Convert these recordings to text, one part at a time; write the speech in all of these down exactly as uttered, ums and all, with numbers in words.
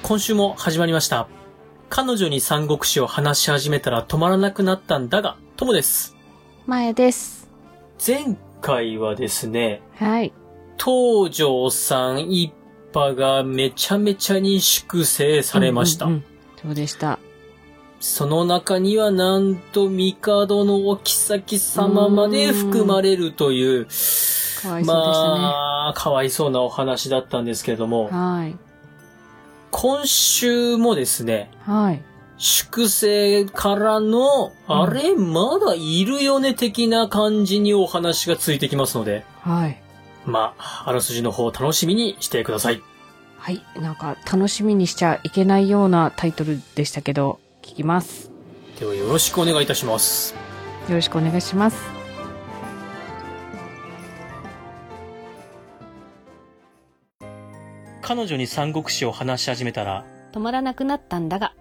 今週も始まりました。彼女に三国志を話し始めたら止まらなくなったんだが、ともです。 前です。 前回はですね、 はい。 東條さん一派がめちゃめちゃに粛清されました。 うんうんうん、そうでした。 その中にはなんと帝のお妃様まで含まれるという、 かわいそうでしたね。 まあ、かわいそうなお話だったんですけれども、 はい。 今週もですね、 はい。 粛清からの、あれ、うん、まだいるよね的な感じにお話がついてきますので、 はい。 まあ、あらすじの方楽しみにしてください。 はい。なんか楽しみにしちゃいけないようなタイトルでしたけど、聞きます。 ではよろしくお願いいたします。 よろしくお願いします。 彼女に三国志を話し始めたら止まらなくなったんだが。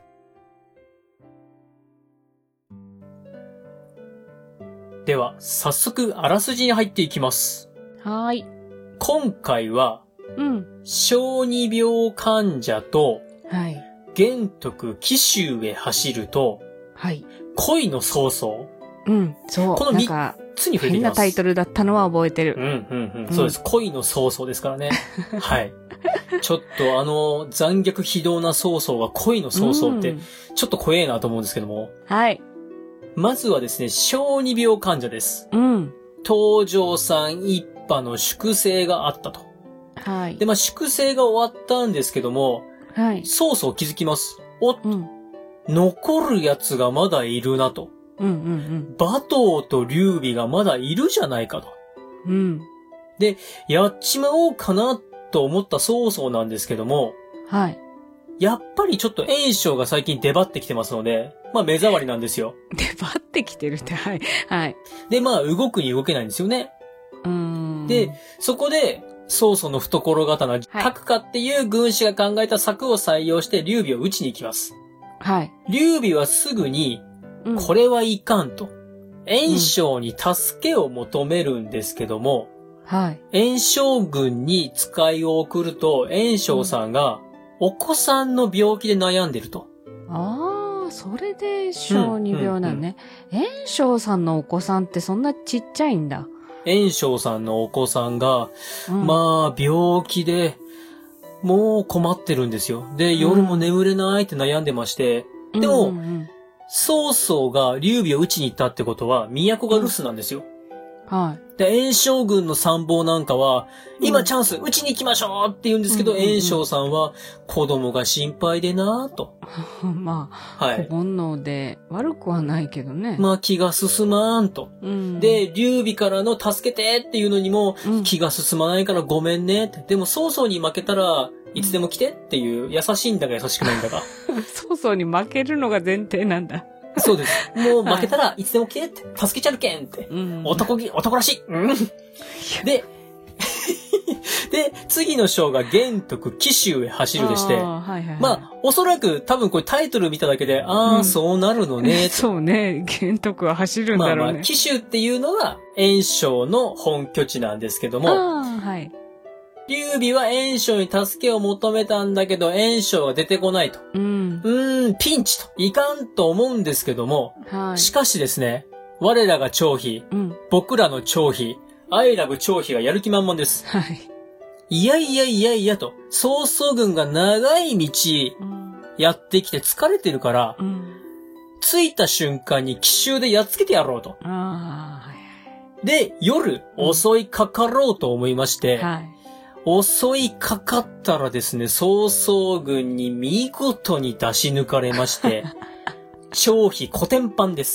では早速あらすじに入っていきます。 はい。 今回は、 うん、 小児病患者と、 はい、 玄徳紀州へ走ると、 はい、 恋の曹操。 うん、そう。 このみっつに触れていきます。 変なタイトルだったのは覚えてる。 うんうんうん。うん、そうです。恋の曹操ですからね。はい。ちょっとあの残虐非道な曹操が恋の曹操ってちょっと怖えなと思うんですけども。 はい。 まずはですね、小児病患者です。 うん。 東條さん一派の粛清があったと。 はい。 で、まあ粛清が終わったんですけども、 はい。 曹操気づきます。おっと、うん、残る奴がまだいるなと。 うんうんうん。 馬頭と劉備がまだいるじゃないかと。 うん。 で、やっちまおうかなと思った曹操なんですけども、 はい。 やっぱりちょっと袁紹が最近出張ってきてますので、まあ目障りなんですよ。 出張ってきてるって、はい。はい。 で、まあ動くに動けないんですよね。 うーん。 で、そこで、曹操の懐刀、角鹿っていう軍師が考えた策を採用して劉備を撃ちに行きます。 はい。 劉備はすぐに、これはいかんと、袁紹に助けを求めるんですけども、 はい。 袁紹軍に使いを送ると、袁紹さんがお子さんの病気で悩んでると。 ああ、それで小児病なんね。袁紹さんのお子さんってそんなちっちゃいんだ。 袁紹さんのお子さんが、うん、まあ病気で、もう困ってるんですよ。で、夜も眠れないって悩んでまして、うん、でも、うんうんうん曹操が劉備を撃ちに行ったってことは、都が留守なんですよ。 うん、はい。 で、袁紹軍の参謀なんかは、今チャンス、撃ちに行きましょうって言うんですけど、うんうんうん、袁紹さんは、子供が心配でなぁと。 まあ、はい。本能で悪くはないけどね。 まあ、気が進まんと。うん、で、劉備からの助けてっていうのにも、うん、気が進まないからごめんねって。でも、曹操に負けたら、いつでも来てっていう、優しいんだか優しくないんだか。 曹操に負けるのが前提なんだ。 そうです。もう負けたらいつでも来てって、助けちゃるけんって。うん、男気、男らしい。うん、で、で、次の章が玄徳紀州へ走るでして、はいはいはい、まあ、おそらく多分これタイトル見ただけで、ああ、うん、そうなるのね。 そうね。玄徳は走るんだろうね。まあまあ、 紀州っていうのが袁紹の本拠地なんですけども、 あはい。 劉備は袁紹に助けを求めたんだけど、袁紹が出てこないと。うん。うーん、ピンチと。いかんと思うんですけども、はい。しかしですね、我らが張飛、うん、僕らの張飛、I love 張飛がやる気満々です。はい。いやいやいやいやと、曹操軍が長い道やってきて疲れてるから、うん、着いた瞬間に奇襲でやっつけてやろうと。あはい、で、夜、襲いかかろうと思いまして、はい襲いかかったらですね、曹操軍に見事に出し抜かれまして、張飛コテンパンです。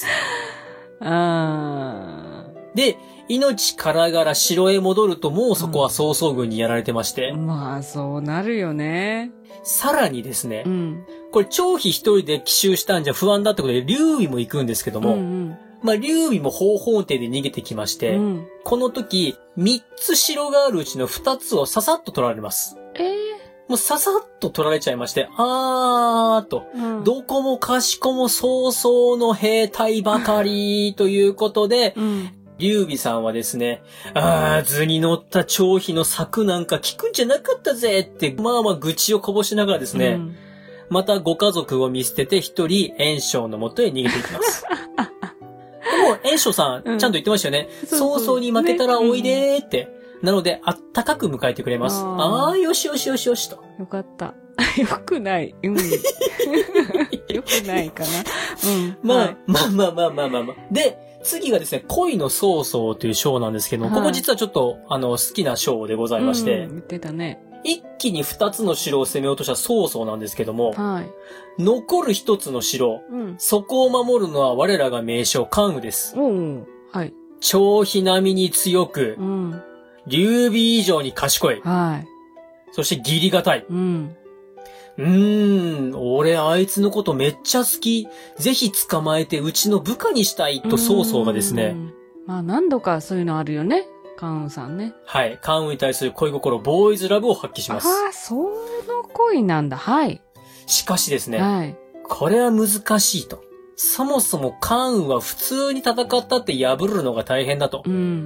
あで、命からがら城へ戻るともうそこは曹操軍にやられてまして。 うん、まあ、そうなるよね。 さらにですね、うん、これ張飛一人で奇襲したんじゃ不安だってことで劉備も行くんですけども、うんうんまあ、劉備も方法艇で逃げてきまして、うん、この時、三つ城があるうちの二つをささっと取られます。えー、もうささっと取られちゃいまして、あーと、うん、どこもかしこも曹操の兵隊ばかりということで、うん、劉備さんはですね、あー、図に乗った張飛の策なんか聞くんじゃなかったぜって、まあまあ愚痴をこぼしながらですね、うんまたご家族を見捨てて一人炎章の元へ逃げていきます。でも炎章さん、うん、ちゃんと言ってましたよね。早々に負けたらおいでーって。ねうん、なので、あったかく迎えてくれます。ああー、よしよしよしよしと。 よかった。よくない。うん。よくないかな。うん。 まあ、はい、まあまあまあまあまあまあ。で、次がですね、恋の曹操という章なんですけども、はい、ここ実はちょっと、あの、好きな章でございまして。 うん、言ってたね。 一気に二つの城を攻め落とした曹操なんですけども、 はい、 残る一つの城、うん、そこを守るのは我らが名将関羽です。 うん、はい。 張飛並みに強く、 うん、 劉備以上に賢い。 はい。 そして義理がたい。 うん。 うーん、俺あいつのことめっちゃ好き。ぜひ捕まえてうちの部下にしたいと曹操がですね。 まあ何度かそういうのあるよね。関羽さんね。 はい。関羽に対する恋心、ボーイズラブを発揮します。 ああ、その恋なんだ。はい。 しかしですね。 はい。 これは難しいと。そもそも関羽は普通に戦ったって破るのが大変だと。 うん。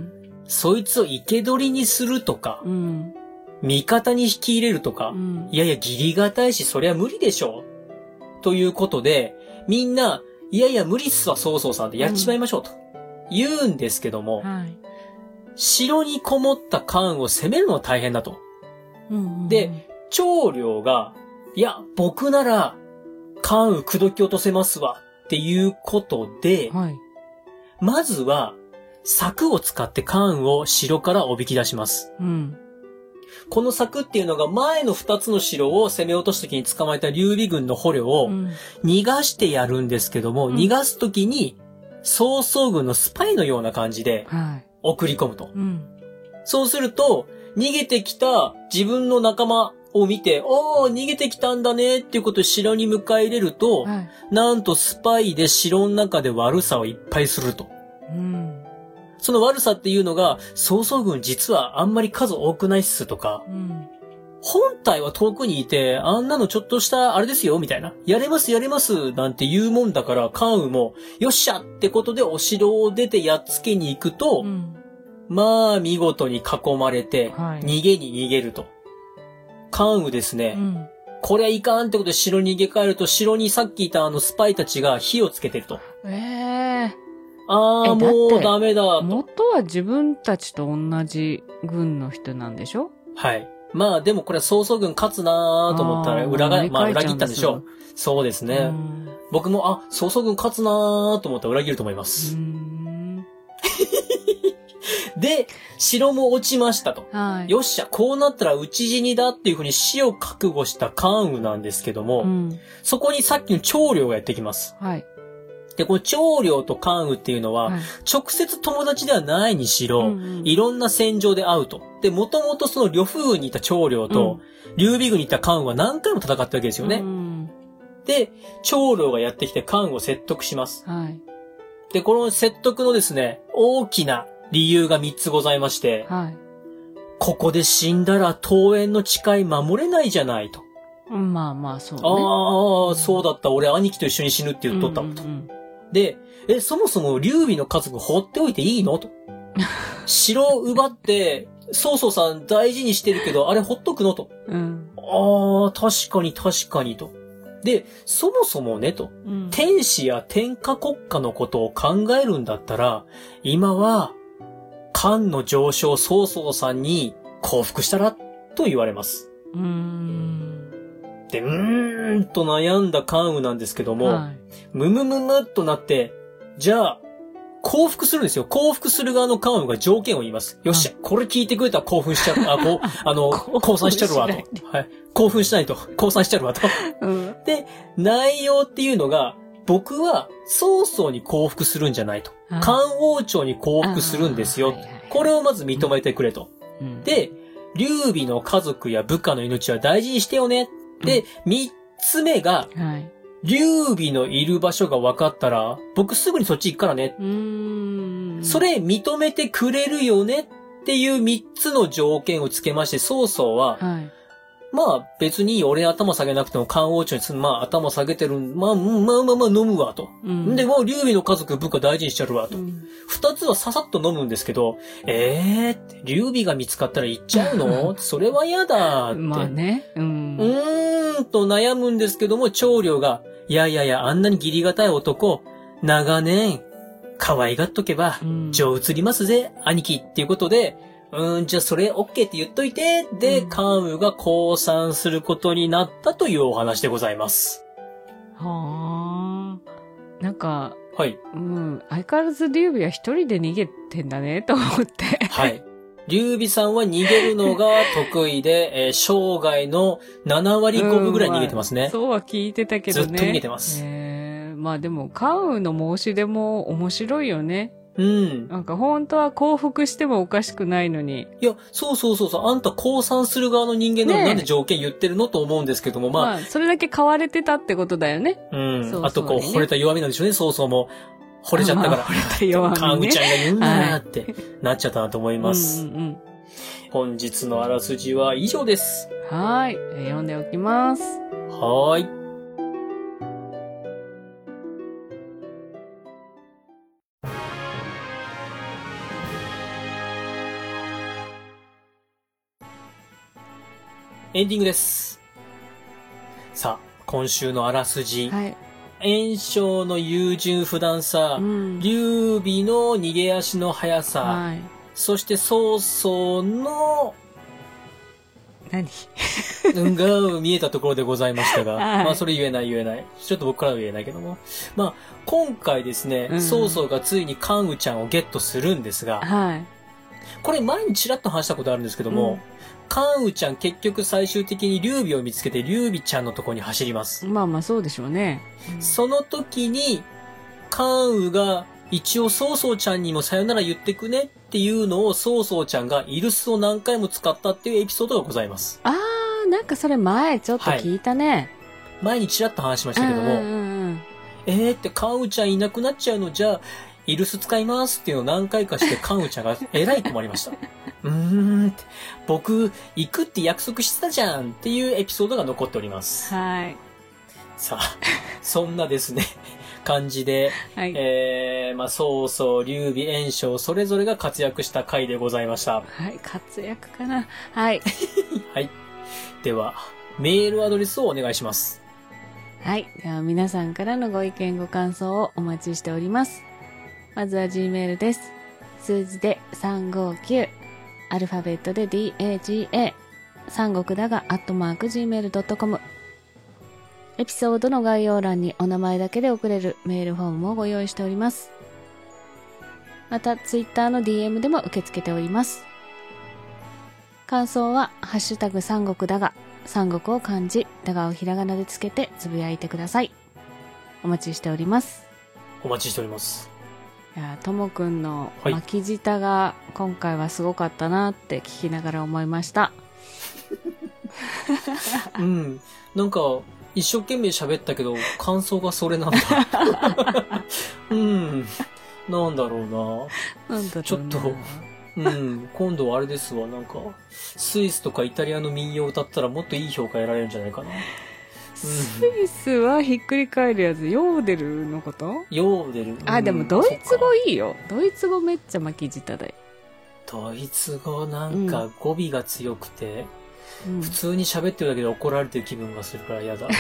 そいつを生け捕りにするとか。 うん。 味方に引き入れるとか。 うん、 いやいや、義理がたいし、そりゃ無理でしょう。ということで、みんな、いやいや、無理っすわ、曹操さんでやっちまいましょうと。言うんですけども。 はい。 城にこもった関羽を攻めるのは大変だと。 うんうん、 で、長領が、いや、僕なら、関羽口説き落とせますわ、っていうことで、 はい、 まずは、策を使って関羽を城からおびき出します。 うん、 この策っていうのが前の二つの城を攻め落とすときに捕まえた劉備軍の捕虜を逃がしてやるんですけども、うん、逃がすときに、曹操軍のスパイのような感じで、 はい送り込むと、 うん。 そうすると、逃げてきた自分の仲間を見て、おー、逃げてきたんだねっていうことで城に迎え入れると、 はい、 なんとスパイで城の中で悪さをいっぱいすると。 うん、 その悪さっていうのが、曹操軍実はあんまり数多くないっすとか、 うん、 本体は遠くにいて、あんなのちょっとしたあれですよ、みたいな。やれますやれますなんて言うもんだから、関羽も、よっしゃってことでお城を出てやっつけに行くと、 うん、 まあ、見事に囲まれて、逃げに逃げると。はい、関羽ですね、 うん。 これはいかんってことで城に逃げ帰ると、城にさっきいたあのスパイたちが火をつけてると。 ええー。 ああ、もうダメだと。 元は自分たちと同じ軍の人なんでしょ？ はい。まあでもこれは曹操軍勝つなーと思ったら裏が、まあ裏切ったんでしょう。そうですね。僕も、あ、曹操軍勝つなーと思ったら裏切ると思います。 うーんで、城も落ちましたと。 はい、 よっしゃ、こうなったら討ち死にだっていうふうに死を覚悟した関羽なんですけども、 うん、 そこにさっきの長領がやってきます。 はい。 で、この長領と関羽っていうのは、はい、直接友達ではないにしろ、うんうん、いろんな戦場で会うと。で、もともとその呂布軍にいた長領と、うん、劉備軍にいた関羽は何回も戦ったわけですよね。 うん、 で、長領がやってきて関羽を説得します。 はい、 で、この説得のですね、大きな理由がみっつございまして、 はい、 ここで死んだら桃園の誓い守れないじゃないと。 まあまあ、そうね。 ああ、そうだった。俺兄貴と一緒に死ぬって言っとったもんと。うんうんうん、で、え、そもそも劉備の家族放っておいていいのと。城を奪って、曹操さん大事にしてるけど、あれほっとくのと。 うん、 ああ、確かに確かにと。で、そもそもねと、 うん、 天子や天下国家のことを考えるんだったら、今は、漢の上昇曹操さんに降伏したらと言われます。 うーんで、うーんと悩んだ関羽なんですけども、 はい、 むむむむっとなって、じゃあ、降伏するんですよ。降伏する側の関羽が条件を言います。よっしゃ、これ聞いてくれたら興奮しちゃう。あ、こう、あの、降参しちゃうわと。はい。興奮しないと。降参しちゃうわと。 うん、 で、内容っていうのが、僕は曹操に降伏するんじゃないと。漢王朝に降伏するんですよ。これをまず認めてくれと。 うん、 で、劉備の家族や部下の命は大事にしてよね。で、三つ目が、 はい、 劉備のいる場所が分かったら、僕すぐにそっち行くからね。 うーんそれ認めてくれるよねっていう三つの条件をつけまして、曹操は、 はい、 まあ別に俺頭下げなくても漢王朝にすん、まあ頭下げてる、まあまあまあまあ飲むわと。うん、で、もう劉備の家族部下大事にしちゃるわと。二、うん、つはささっと飲むんですけど、えーって、劉備が見つかったら行っちゃうのそれは嫌だって。 まあね。うん。 うーんと悩むんですけども、長領が、いやいやいや、あんなに義理がたい男、長年、可愛がっとけば、情移りますぜ、うん、兄貴っていうことで、うん、じゃあそれ OK って言っといて、で、うん、関羽が降参することになったというお話でございます。 はあ。なんか、 はい。 うん、相変わらず劉備は一人で逃げてんだね、と思って。 はい。劉備さんは逃げるのが得意で、えー、生涯のななわりごぶぐらい逃げてますね。うんまあ、 そうは聞いてたけどね。 ずっと逃げてます。 えー、まあでも、関羽の申し出も面白いよね。 うん。 なんか本当は降伏してもおかしくないのに。 いや、そうそうそうそう。あんた降参する側の人間なのになんで条件言ってるのと思うんですけども、まあ。まあ、 それだけ買われてたってことだよね。 うん。そうそうね、あとこう、惚れた弱みなんでしょうね、そうそうも。惚れちゃったから。 惚れた弱み、ね。 関羽ちゃんが言うんだなって、はい、なっちゃったなと思います。 うんうんうん、 本日のあらすじは以上です。 はい。読んでおきます。 はーい。エンディングです。さあ、今週のあらすじ。 はい。 袁紹の優柔不断さ、うん、劉備の逃げ足の速さ、はい、そして曹操の何が見えたところでございましたが、はい、まあそれ言えない言えない。ちょっと僕からは言えないけども。まあ今回ですね、うん、曹操がついに関羽ちゃんをゲットするんですが、 はい、これ前にちらっと話したことあるんですけども、うん関羽ちゃん結局最終的に劉備を見つけて劉備ちゃんのところに走ります。 まあまあそうでしょうね。 うん、その時に関羽が一応曹操ちゃんにもさよなら言ってくねっていうのを曹操ちゃんがイルスを何回も使ったっていうエピソードがございます。 あー、なんかそれ前ちょっと聞いたね。はい、 前にちらっと話しましたけども、 うんうんうん、 えーって関羽ちゃんいなくなっちゃうのじゃあイルス使いますっていうのを何回かして関羽ちゃんがえらい困りました。うーんって、僕、行くって約束してたじゃんっていうエピソードが残っております。 はい。 さあ、そんなですね、感じで、はい、えー、まあ、曹操、劉備、袁紹、それぞれが活躍した回でございました。 はい、活躍かな。はい。 はい。では、メールアドレスをお願いします。 はい。では、皆さんからのご意見、ご感想をお待ちしております。まずは Gmail です。数字でさんごきゅう。アルファベットで ダガ、三国だが、アットマーク、ジーメールドットコム。エピソードの概要欄にお名前だけで送れるメールフォームもご用意しております。また、ツイッターの ディーエム でも受け付けております。感想は、ハッシュタグ三国だが、三国を漢字、だがをひらがなでつけてつぶやいてください。お待ちしております。 お待ちしております。 いや、ともくんの巻き舌が今回はすごかったなって聞きながら思いました。 うん。なんか、一生懸命喋ったけど、感想がそれなんだ。うん。なんだろうな。 なんだろうな。 ちょっと、うん。今度はあれですわ。なんか、スイスとかイタリアの民謡を歌ったらもっといい評価得られるんじゃないかな。 スイスはひっくり返るやつ、ヨーデルのこと？ ヨーデル、うん、 あ、でもドイツ語いいよ。ドイツ語めっちゃ巻き舌だよ。 ドイツ語なんか語尾が強くて、うん、普通に喋ってるだけで怒られてる気分がするから嫌だ。うーん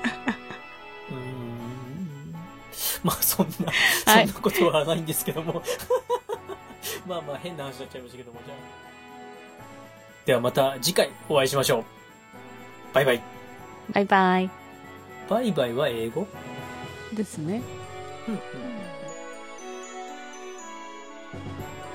まあそんな、はい、そんなことはないんですけども。まあまあ変な話になっちゃいましたけども、じゃあ。ではまた次回お会いしましょう。バイバイ。 バイバイ。 バイバイは英語ですね。 うんうん